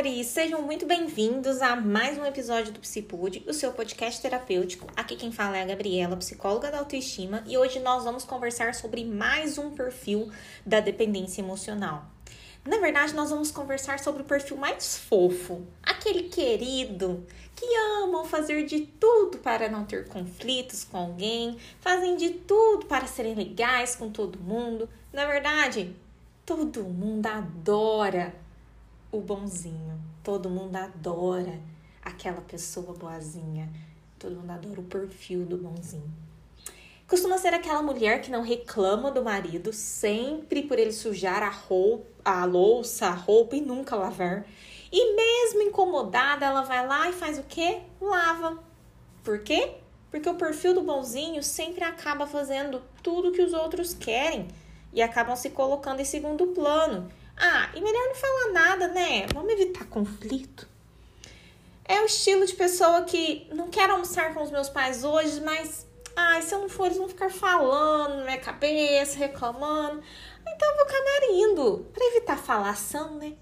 amores! Sejam muito bem-vindos a mais um episódio do Psipod, o seu podcast terapêutico. Aqui quem fala é a Gabriela, psicóloga da autoestima, e hoje nós vamos conversar sobre mais um perfil da dependência emocional. Na verdade, nós vamos conversar sobre o perfil mais fofo, aquele querido que amam fazer de tudo para não ter conflitos com alguém, fazem de tudo para serem legais com todo mundo. Na verdade, todo mundo adora o bonzinho, todo mundo adora aquela pessoa boazinha, todo mundo adora o perfil do bonzinho. Costuma ser aquela mulher que não reclama do marido, sempre por ele sujar a louça, a roupa e nunca lavar. E mesmo incomodada, ela vai lá e faz o quê? Lava. Por quê? Porque o perfil do bonzinho sempre acaba fazendo tudo que os outros querem e acabam se colocando em segundo plano. E melhor não falar nada, né? Vamos evitar conflito. É o estilo de pessoa que não quero almoçar com os meus pais hoje, mas se eu não for, eles vão ficar falando na minha cabeça, reclamando. Então eu vou acabar indo, para evitar falação, né?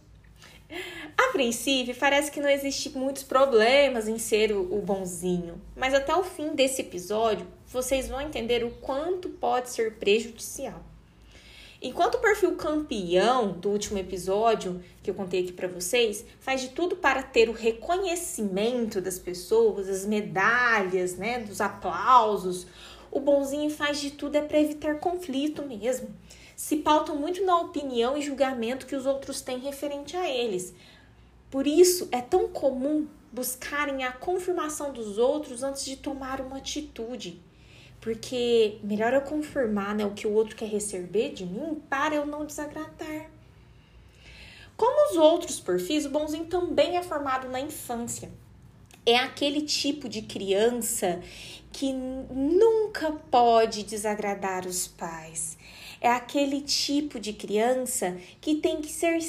A princípio, parece que não existe muitos problemas em ser o bonzinho, mas até o fim desse episódio, vocês vão entender o quanto pode ser prejudicial. Enquanto o perfil campeão do último episódio, que eu contei aqui para vocês, faz de tudo para ter o reconhecimento das pessoas, as medalhas, né, dos aplausos, o bonzinho faz de tudo para evitar conflito mesmo. Se pautam muito na opinião e julgamento que os outros têm referente a eles. Por isso, é tão comum buscarem a confirmação dos outros antes de tomar uma atitude. Porque melhor eu confirmar, né, o que o outro quer receber de mim para eu não desagradar. Como os outros perfis, o bonzinho também é formado na infância. É aquele tipo de criança que nunca pode desagradar os pais. É aquele tipo de criança que tem que ser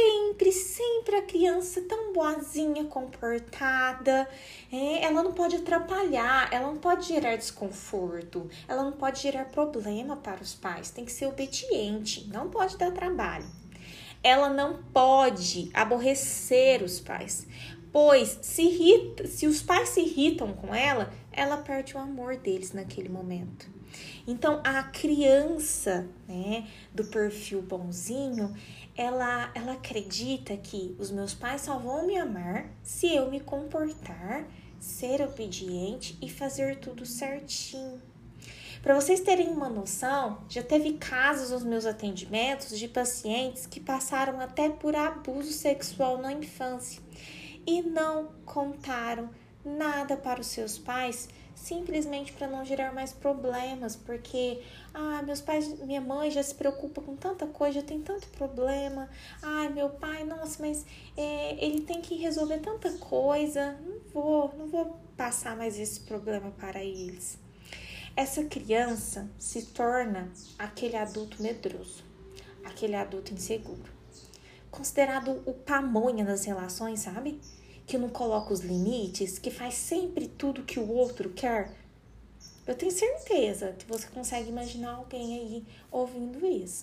sempre a criança tão boazinha, comportada. Ela não pode atrapalhar, ela não pode gerar desconforto, ela não pode gerar problema para os pais. Tem que ser obediente, não pode dar trabalho. Ela não pode aborrecer os pais, pois se os pais se irritam com ela, ela perde o amor deles naquele momento. Então, a criança, né, do perfil bonzinho, ela acredita que os meus pais só vão me amar se eu me comportar, ser obediente e fazer tudo certinho. Para vocês terem uma noção, já teve casos nos meus atendimentos de pacientes que passaram até por abuso sexual na infância e não contaram nada para os seus pais, simplesmente para não gerar mais problemas, porque meus pais, minha mãe já se preocupa com tanta coisa, já tem tanto problema. Meu pai, nossa, mas ele tem que resolver tanta coisa, não vou passar mais esse problema para eles. Essa criança se torna aquele adulto medroso, aquele adulto inseguro, considerado o pamonha das relações, sabe? Que não coloca os limites, que faz sempre tudo que o outro quer. Eu tenho certeza que você consegue imaginar alguém aí ouvindo isso.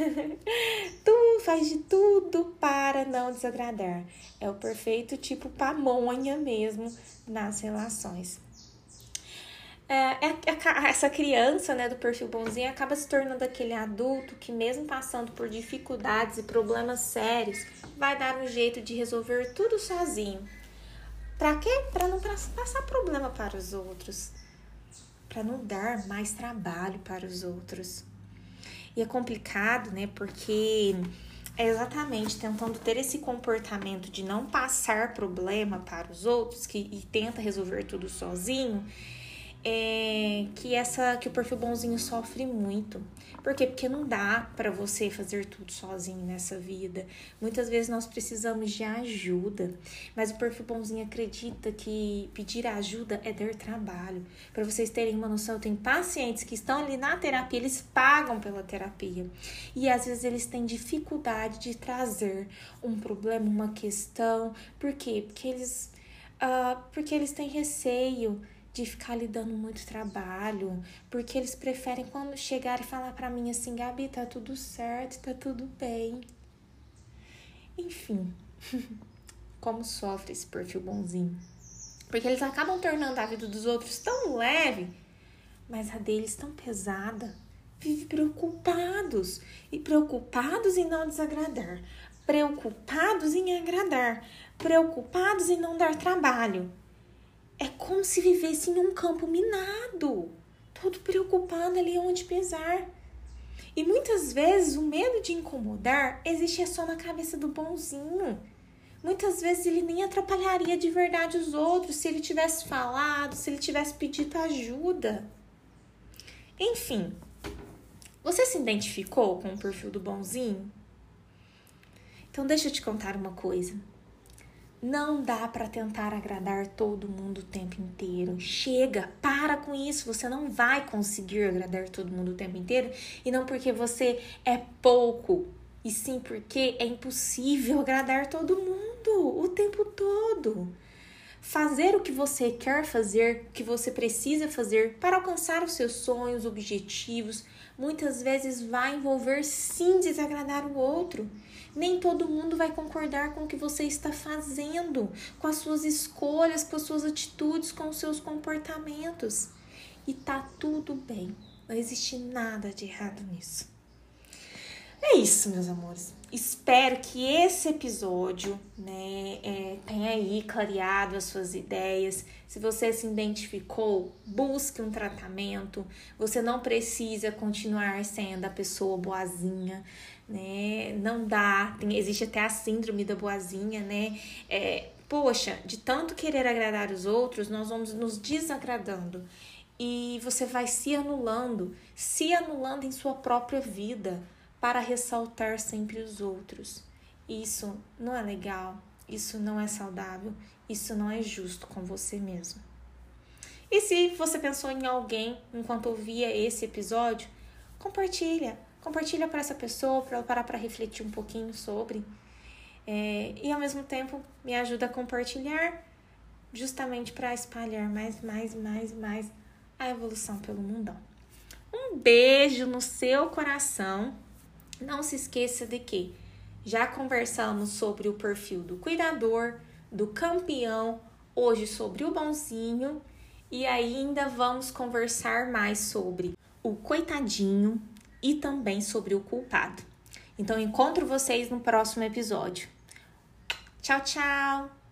Tu faz de tudo para não desagradar. É o perfeito tipo pamonha mesmo nas relações. Essa criança, né, do perfil bonzinho acaba se tornando aquele adulto que, mesmo passando por dificuldades e problemas sérios, vai dar um jeito de resolver tudo sozinho. Pra quê? Pra não passar problema para os outros, para não dar mais trabalho para os outros. E é complicado, né, porque é exatamente tentando ter esse comportamento de não passar problema para os outros e tenta resolver tudo sozinho, que o perfil bonzinho sofre muito. Por quê? Porque não dá para você fazer tudo sozinho nessa vida. Muitas vezes nós precisamos de ajuda, mas o perfil bonzinho acredita que pedir ajuda é dar trabalho. Para vocês terem uma noção, eu tenho pacientes que estão ali na terapia, eles pagam pela terapia. E às vezes eles têm dificuldade de trazer um problema, uma questão. Por quê? Porque eles têm receio de ficar lhe dando muito trabalho, porque eles preferem quando chegar e falar pra mim assim, Gabi, tá tudo certo, tá tudo bem. Enfim, como sofre esse perfil bonzinho. Porque eles acabam tornando a vida dos outros tão leve, mas a deles tão pesada. Vive preocupados. E preocupados em não desagradar. Preocupados em agradar. Preocupados em não dar trabalho. É como se vivesse em um campo minado. Todo preocupado ali onde pisar. E muitas vezes o medo de incomodar existe só na cabeça do bonzinho. Muitas vezes ele nem atrapalharia de verdade os outros se ele tivesse falado, se ele tivesse pedido ajuda. Enfim, você se identificou com o perfil do bonzinho? Então deixa eu te contar uma coisa. Não dá para tentar agradar todo mundo o tempo inteiro. Chega, para com isso. Você não vai conseguir agradar todo mundo o tempo inteiro. E não porque você é pouco, e sim porque é impossível agradar todo mundo o tempo todo. Fazer o que você quer fazer, o que você precisa fazer para alcançar os seus sonhos, objetivos, muitas vezes vai envolver sim desagradar o outro. Nem todo mundo vai concordar com o que você está fazendo, com as suas escolhas, com as suas atitudes, com os seus comportamentos. E tá tudo bem, não existe nada de errado nisso. É isso, meus amores. Espero que esse episódio, tenha aí clareado as suas ideias. Se você se identificou, busque um tratamento. Você não precisa continuar sendo a pessoa boazinha, né? Não dá. Existe até a síndrome da boazinha, né? Poxa, de tanto querer agradar os outros, nós vamos nos desagradando. E você vai se anulando em sua própria vida, para ressaltar sempre os outros. Isso não é legal, isso não é saudável, isso não é justo com você mesmo. E se você pensou em alguém enquanto ouvia esse episódio, compartilha para essa pessoa, para ela parar para refletir um pouquinho sobre. E ao mesmo tempo me ajuda a compartilhar, justamente para espalhar mais a evolução pelo mundão. Um beijo no seu coração. Não se esqueça de que já conversamos sobre o perfil do cuidador, do campeão, hoje sobre o bonzinho e ainda vamos conversar mais sobre o coitadinho e também sobre o culpado. Então, encontro vocês no próximo episódio. Tchau, tchau!